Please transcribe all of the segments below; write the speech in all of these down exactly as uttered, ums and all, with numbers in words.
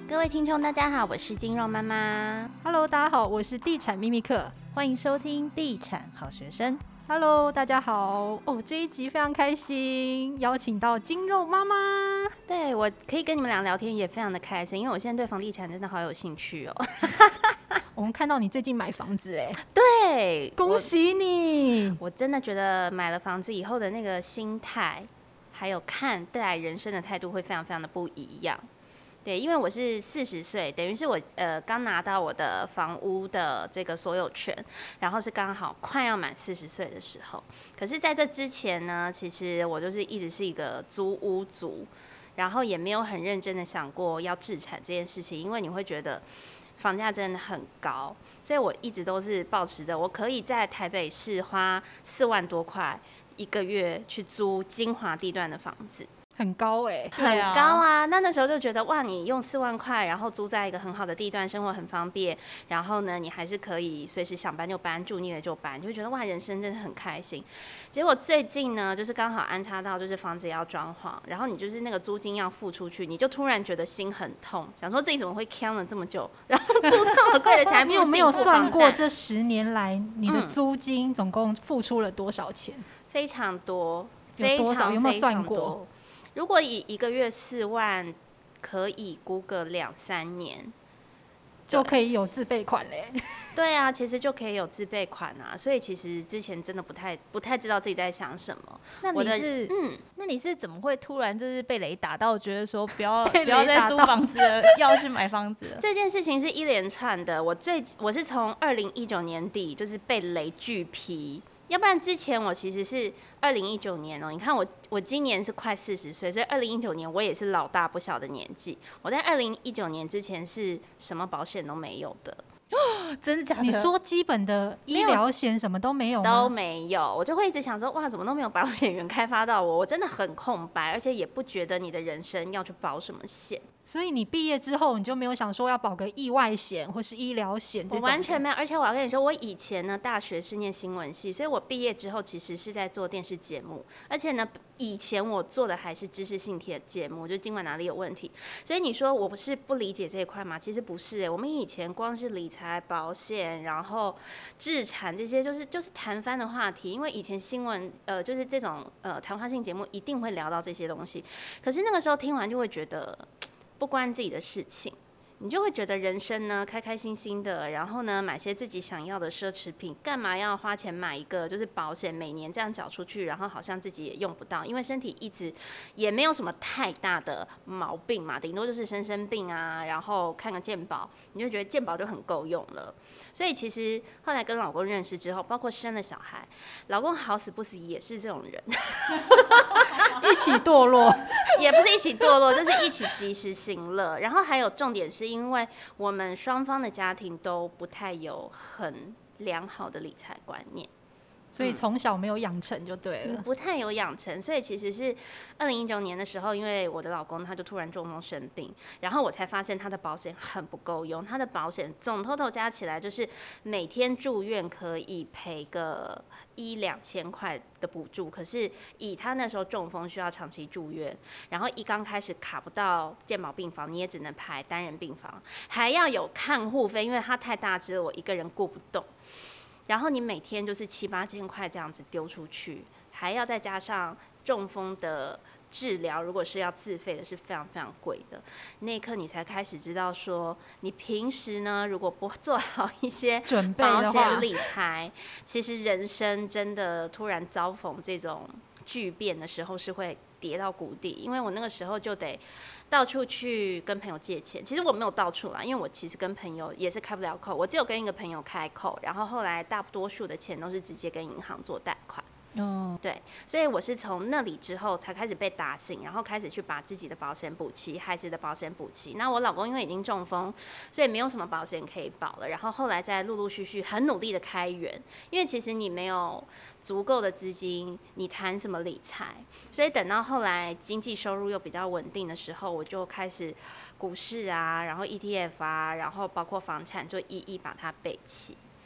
各位听众大家好，我是金肉妈妈。 Hello， 大家好，我是地产秘密课， 欢迎收听地产好学生。 Hello， 大家好哦，这一集非常开心，邀请到金肉妈妈。 对，我可以跟你们俩聊天也非常的开心，因为我现在对房地产真的好有兴趣哦。 我们看到你最近买房子哎， 对， 恭喜你！ 我，我真的觉得买了房子以后的那个心态，还有看待人生的态度会非常非常的不一样。对，因为我是四十岁，等于是我呃刚拿到我的房屋的这个所有权，然后是刚好快要满四十岁的时候。可是在这之前呢，其实我就是一直是一个租屋族，然后也没有很认真的想过要置产这件事情，因为你会觉得房价真的很高，所以我一直都是抱持着我可以在台北市花四万多块一个月去租精华地段的房子。 很高哎、 欸，很高啊！那那时候就觉得哇，你用四万块，然后租在一个很好的地段，生活很方便，然后呢，你还是可以随时想搬就搬，住腻了就搬，就会觉得哇，人生真的很开心。结果最近呢，就是刚好安插到就是房子也要装潢，然后你就是那个租金要付出去，你就突然觉得心很痛，想说自己怎么会扛了这么久，然后租这么贵的钱，还不如自己付房贷。 你有没有算过这十年来你的租金总共付出了多少钱？ 嗯、非常多， 非常非常有没有算过？ 如果以一个月四万，可以估个两三年， 就可以有自备款嘞。 对啊，其实就可以有自备款啊。所以其实之前真的不太不太知道自己在想什么。 那你是嗯，那你是怎么会突然就是被雷打到，觉得说不要不要再租房子了，要去买房子了？ 这件事情是一连串的。我最我是从二零一九年底就是被雷巨批。要不然之前我其实是二零一九年哦、喔，你看我我今年是快四十岁，所以二零一九年我也是老大不小的年纪。我在二零一九年之前是什么保险都没有的。 真的假的？ 你说基本的医疗险什么都没有吗？ 都没有，我就会一直想说，哇，怎么都没有保险员开发到我？我真的很空白，而且也不觉得你的人生要去保什么险。 所以你毕业之后，你就没有想说要保个意外险或是医疗险这种？ 我完全没有，而且我要跟你说，我以前呢，大学是念新闻系，所以我毕业之后其实是在做电视节目，而且呢，以前我做的还是知识性节目，就今晚哪里有问题。所以你说我是不理解这一块吗？其实不是、欸，我们以前光是理财、保险，然后置产这些，就是就是谈翻的话题，因为以前新闻呃就是这种呃谈话性节目一定会聊到这些东西，可是那个时候听完就会觉得。不关自己的事情，你就会觉得人生呢开开心心的，然后呢买些自己想要的奢侈品，干嘛要花钱买一个就是保险，每年这样缴出去，然后好像自己也用不到，因为身体一直也没有什么太大的毛病嘛，顶多就是生生病啊，然后看个健保，你就觉得健保就很够用了。所以其实后来跟老公认识之后，包括生了小孩，老公好死不死也是这种人。 一起堕落， 也不是一起堕落，就是一起及时行乐。然后还有重点是因为我们双方的家庭都不太有很良好的理财观念， 所以从小没有养成就对了、 嗯，不太有养成。所以其实是二零一九年的时候，因为我的老公他就突然中风生病，然后我才发现他的保险很不够用，他的保险总 total 加起来就是每天住院可以赔个一两千块的补助，可是以他那时候中风需要长期住院，然后一刚开始卡不到健保病房，你也只能排单人病房，还要有看护费，因为他太大只了，我一个人顾不动。然后你每天就是七八千块这样子丢出去，还要再加上中风的治疗，如果是要自费的，是非常非常贵的。那一刻你才开始知道说，你平时呢如果不做好一些保险理财，其实人生真的突然遭逢这种巨变的时候是会跌到谷底。因为我那个时候就得到处去跟朋友借钱，其实我没有到处啦，因为我其实跟朋友也是开不了口，我只有跟一个朋友开口，然后后来大多数的钱都是直接跟银行做贷款。嗯，对，所以我是从那里之后才开始被打醒，然后开始去把自己的保险补齐，孩子的保险补齐。那我老公因为已经中风，所以没有什么保险可以保了。然后后来再陆陆续续很努力的开源，因为其实你没有足够的资金，你谈什么理财？所以等到后来经济收入又比较稳定的时候，我就开始股市啊，然后 E T F 啊，然后包括房产，就一一把它备齐。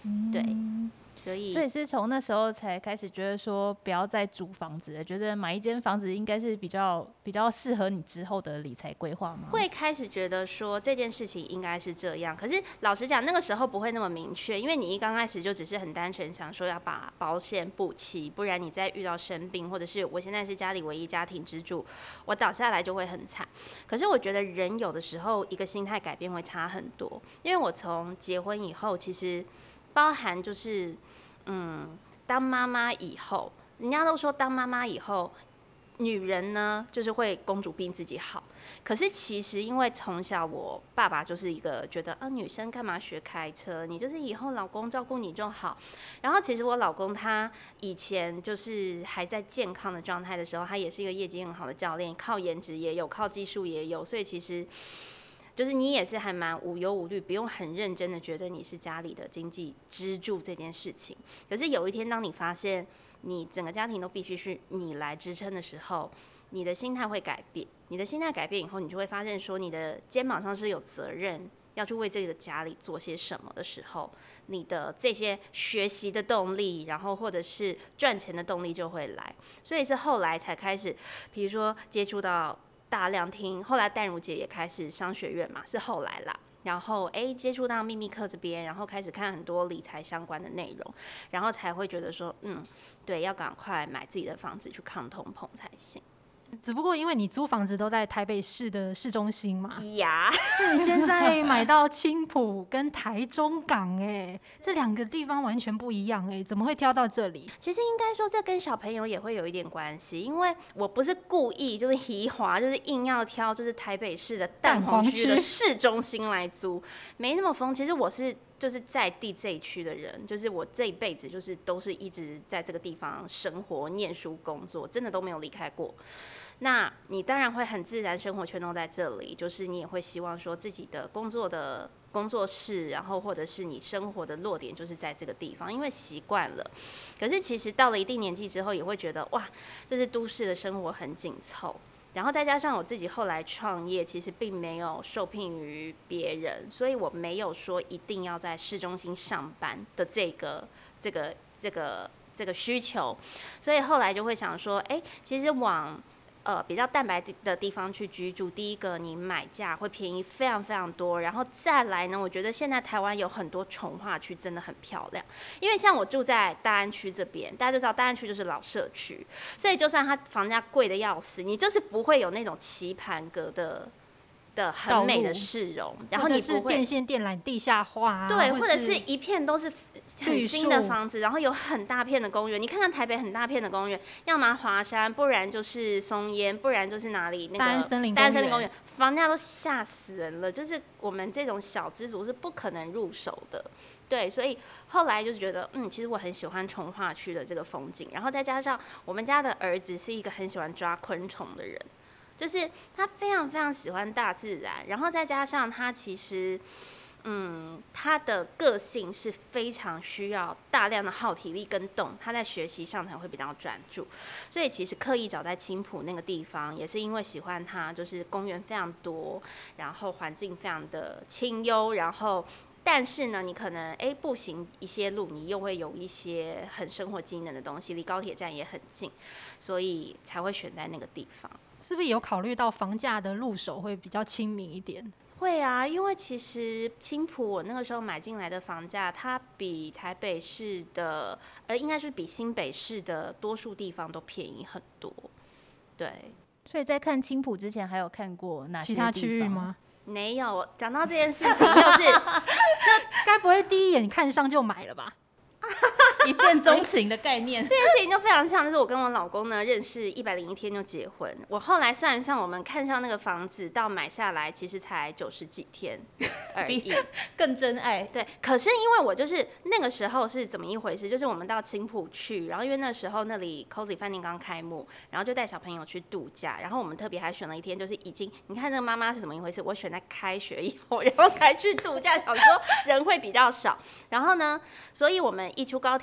嗯、对。所以， 所以是从那时候才开始觉得说不要再租房子了，觉得买一间房子应该是比较比较适合你之后的理财规划吗？ 会开始觉得说这件事情应该是这样，可是老实讲，那个时候不会那么明确，因为你一刚开始就只是很单纯想说要把保险补齐，不然你再遇到生病，或者是我现在是家里唯一家庭支柱，我倒下来就会很惨。可是我觉得人有的时候一个心态改变会差很多，因为我从结婚以后，其实包含就是。嗯，当妈妈以后，人家都说当妈妈以后，女人呢就是会公主病自己好。可是其实因为从小我爸爸就是一个觉得啊，女生干嘛学开车？你就是以后老公照顾你就好。然后其实我老公他以前就是还在健康的状态的时候，他也是一个业绩很好的教练，靠颜值也有，靠技术也有，所以其实。就是你也是还蛮无忧无虑，不用很认真的觉得你是家里的经济支柱这件事情。可是有一天，当你发现你整个家庭都必须是你来支撑的时候，你的心态会改变。你的心态改变以后，你就会发现说，你的肩膀上是有责任要去为这个家里做些什么的时候，你的这些学习的动力，然后或者是赚钱的动力就会来。所以是后来才开始，比如说接触到。大量听，后来淡如姐也开始商学院嘛，是后来啦。然后哎，接触到秘密课这边，然后开始看很多理财相关的内容，然后才会觉得说，嗯，对，要赶快买自己的房子去抗通膨才行。 只不过因为你租房子都在台北市的市中心嘛， 呀， 那你现在买到青埔跟台中港，哎，这两个地方完全不一样，哎，怎么会挑到这里？ 其实应该说这跟小朋友也会有一点关系，因为我不是故意就是移滑，就是硬要挑就是台北市的蛋黄区的市中心来租，没那么疯。其实我是。就是在地这一区的人，就是我这一辈子就是都是一直在这个地方生活、念书、工作，真的都没有离开过。那你当然会很自然，生活圈都在这里，就是你也会希望说自己的工作的工作室，然后或者是你生活的落点就是在这个地方，因为习惯了。可是其实到了一定年纪之后，也会觉得哇，这是都市的生活很紧凑。然后再加上我自己后来创业，其实并没有受聘于别人，所以我没有说一定要在市中心上班的这个这个这个这个需求，所以后来就会想说，哎，其实往呃比较蛋白的地方去居住，第一个你买价会便宜非常非常多，然后再来呢，我觉得现在台湾有很多重划区真的很漂亮，因为像我住在大安区这边，大家就知道大安区就是老社区，所以就算它房价贵的要死，你就是不会有那种棋盘格的。的很美的市容，然后你不会或者是电线电缆地下化、啊， 对， 或或者是一片都是很新的房子，然后有很大片的公园。你看看台北很大片的公园，要么华山，不然就是松烟，不然就是哪里那个大安森林大安森林公园，房价都吓死人了。就是我们这种小资族是不可能入手的。对，所以后来就是觉得，嗯，其实我很喜欢重划区的这个风景，然后再加上我们家的儿子是一个很喜欢抓昆虫的人。就是他非常非常喜欢大自然，然后再加上他其实，嗯，他的个性是非常需要大量的耗体力跟动，他在学习上才会比较专注。所以其实刻意找在青埔那个地方，也是因为喜欢它，就是公园非常多，然后环境非常的清幽，然后。但是呢，你可能哎步行一些路，你又会有一些很生活机能的东西，离高铁站也很近，所以才会选在那个地方。 是不是有考虑到房价的入手会比较亲民一点？ 会啊，因为其实青埔我那个时候买进来的房价，它比台北市的，呃，应该是比新北市的多数地方都便宜很多。对， 所以在看青埔之前，还有看过哪些其他区域吗？ 没有，讲到这件事情，又是， 那该不会第一眼看上就买了吧？ 一见钟情的概念， 这件事情就非常像，就是我跟我老公呢认识一百零一天就结婚。我后来算一算，我们看上那个房子到买下来，其实才九十几天而已， 更真爱。 对，可是因为我就是那个时候是怎么一回事？就是我们到青埔去，然后因为那时候那里 Cozy 饭店刚开幕，然后就带小朋友去度假，然后我们特别还选了一天，就是已经你看那个妈妈是怎么一回事？我选在开学以后，然后才去度假，想说人会比较少。然后呢，所以我们一出高铁。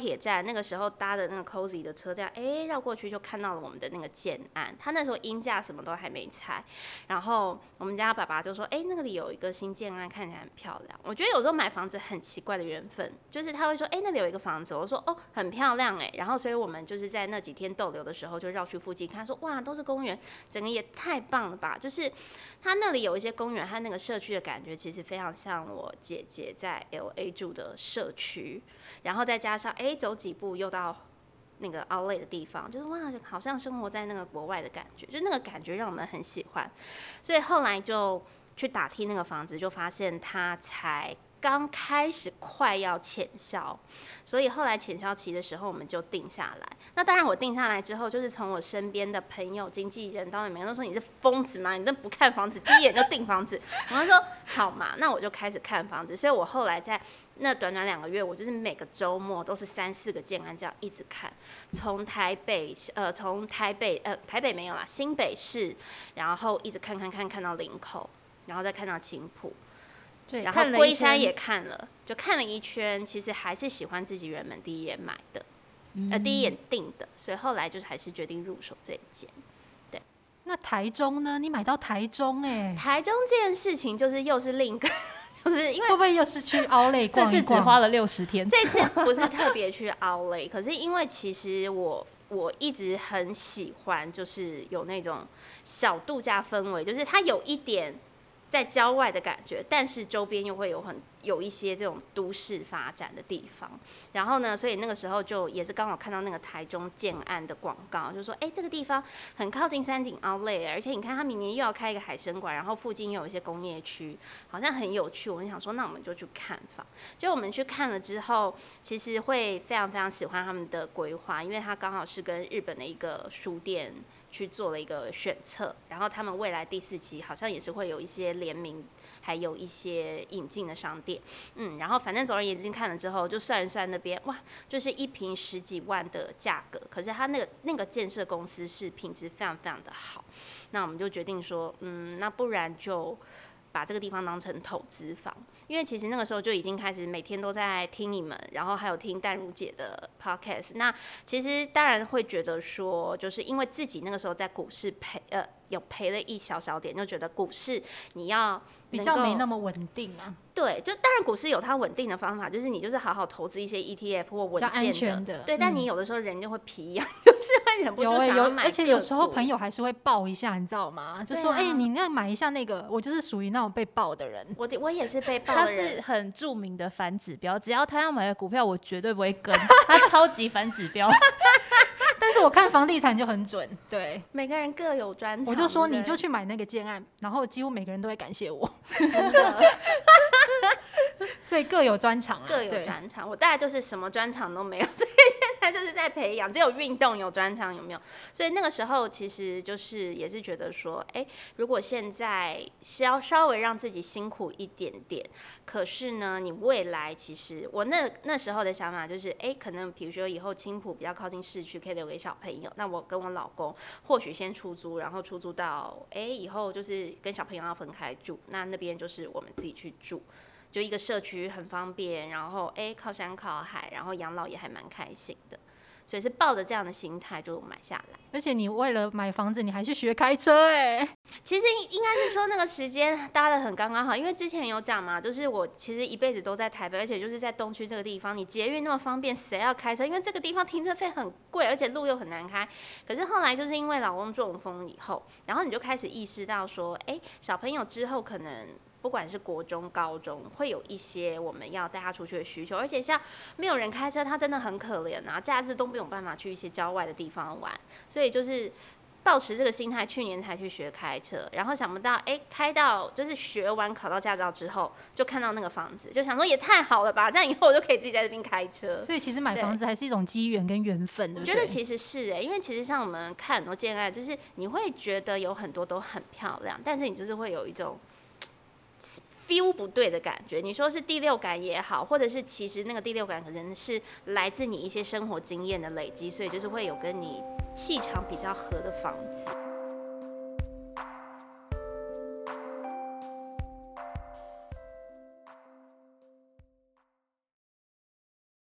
铁站那个时候搭的那个 Cozy 的车站，哎，绕过去就看到了我们的那个建案。他那时候鹰架什么都还没拆，然后我们家爸爸就说，哎，那个里有一个新建案，看起来很漂亮。我觉得有时候买房子很奇怪的缘分，就是他会说，哎，那里有一个房子，我说哦，很漂亮哎。然后所以我们就是在那几天逗留的时候，就绕去附近看，说哇，都是公园，整个也太棒了吧！就是他那里有一些公园和那个社区的感觉，其实非常像我姐姐在 L A 住的社区，然后再加上哎，走几步又到那个 Outlet 的地方，就是哇，好像生活在那个国外的感觉，就那个感觉让我们很喜欢，所以后来就去打听那个房子，就发现它才刚开始快要潜销，所以后来潜销期的时候我们就定下来。那当然我定下来之后，就是从我身边的朋友、经纪人，当然每个人都说你是疯子吗？你都不看房子，第一眼就订房子。我就说好嘛，那我就开始看房子。所以我后来在那短短两个月，我就是每个周末都是三四个建案这样一直看，从台北呃从台北呃台北没有啦，新北市，然后一直看看看看到林口，然后再看到青埔。 对， 然后龟山也看了，就看了一圈，其实还是喜欢自己原本第一眼买的，嗯、呃，第一眼定的，所以后来就是还是决定入手这一间。对， 那台中呢？你买到台中哎、欸， 台中这件事情就是又是另一个，就是因为会不会又是去奥莱逛一逛？ 这次只花了六十天， 这次不是特别去奥莱，可是因为其实我我一直很喜欢，就是有那种小度假氛围，就是它有一点在郊外的感觉，但是周边又会有很有一些这种都市发展的地方。然后呢，所以那个时候就也是刚好看到那个台中建案的广告，就说哎、欸，这个地方很靠近三井Outlet，而且你看它明年又要开一个海参馆，然后附近又有一些工业区，好像很有趣。我就想说，那我们就去看房。就我们去看了之后，其实会非常非常喜欢他们的规划，因为它刚好是跟日本的一个书店去做了一个选册，然后他们未来第四期好像也是会有一些联名，还有一些引进的商店，嗯，然后反正总而言之看了之后，就算一算那边哇，就是一坪十几万的价格，可是他那个那个建设公司是品质非常非常的好，那我们就决定说，嗯，那不然就把这个地方当成投资房，因为其实那个时候就已经开始每天都在听你们，然后还有听淡如姐的 podcast。那其实当然会觉得说，就是因为自己那个时候在股市赔呃有赔了一小小点，就觉得股市你要比较没那么稳定啊。 对，就当然股市有它稳定的方法，就是你就是好好投资一些 E T F 或稳健的， 安全的对。 嗯、 但你有的时候人就会皮痒，就是会忍不住想要买、欸、 而且有时候朋友还是会爆一下，你知道吗？就说哎、 啊欸， 你那买一下那个，我就是属于那种被爆的人。 我我也是被爆的人。 他是很著名的反指标，只要他要买的股票，我绝对不会跟。他超级反指标。 但是我看房地产就很准，对， 每个人各有专长。 我就说你就去买那个建案，然后几乎每个人都会感谢我。 真的。 所以各有专长、啊， 各有专长。我大概就是什么专长都没有，所以现在就是在培养，只有运动有专长，有没有？所以那个时候其实就是也是觉得说，哎、欸，如果现在是要稍微让自己辛苦一点点，可是呢，你未来其实我那那时候的想法就是，哎、欸，可能比如说以后青埔比较靠近市区，可以留给小朋友。那我跟我老公或许先出租，然后出租到哎、欸、以后就是跟小朋友要分开住，那那边就是我们自己去住。就一个社区很方便，然后哎、欸、靠山靠海，然后养老也还蛮开心的，所以是抱着这样的心态就买下来。 而且你为了买房子，你还去学开车哎、欸。 其实应该是说那个时间搭得很刚刚好，因为之前有讲嘛，就是我其实一辈子都在台北，而且就是在东区这个地方，你捷运那么方便，谁要开车？因为这个地方停车费很贵，而且路又很难开。可是后来就是因为老公中风以后，然后你就开始意识到说，哎、欸，小朋友之后可能。不管是国中、高中，会有一些我们要带他出去的需求，而且像没有人开车，他真的很可怜啊，假日都没有办法去一些郊外的地方玩，所以就是抱持这个心态，去年才去学开车，然后想不到，哎、欸，开到就是学完考到驾照之后，就看到那个房子，就想说也太好了吧，这样以后我就可以自己在这边开车。 所以其实买房子还是一种机缘跟缘分，对不对？ 我觉得其实是哎、欸，因为其实像我们看很多建案，就是你会觉得有很多都很漂亮，但是你就是会有一种。feel 不对的感觉，你说是第六感也好，或者是其实那个第六感可能是来自你一些生活经验的累积，所以就是会有跟你气场比较合的房子。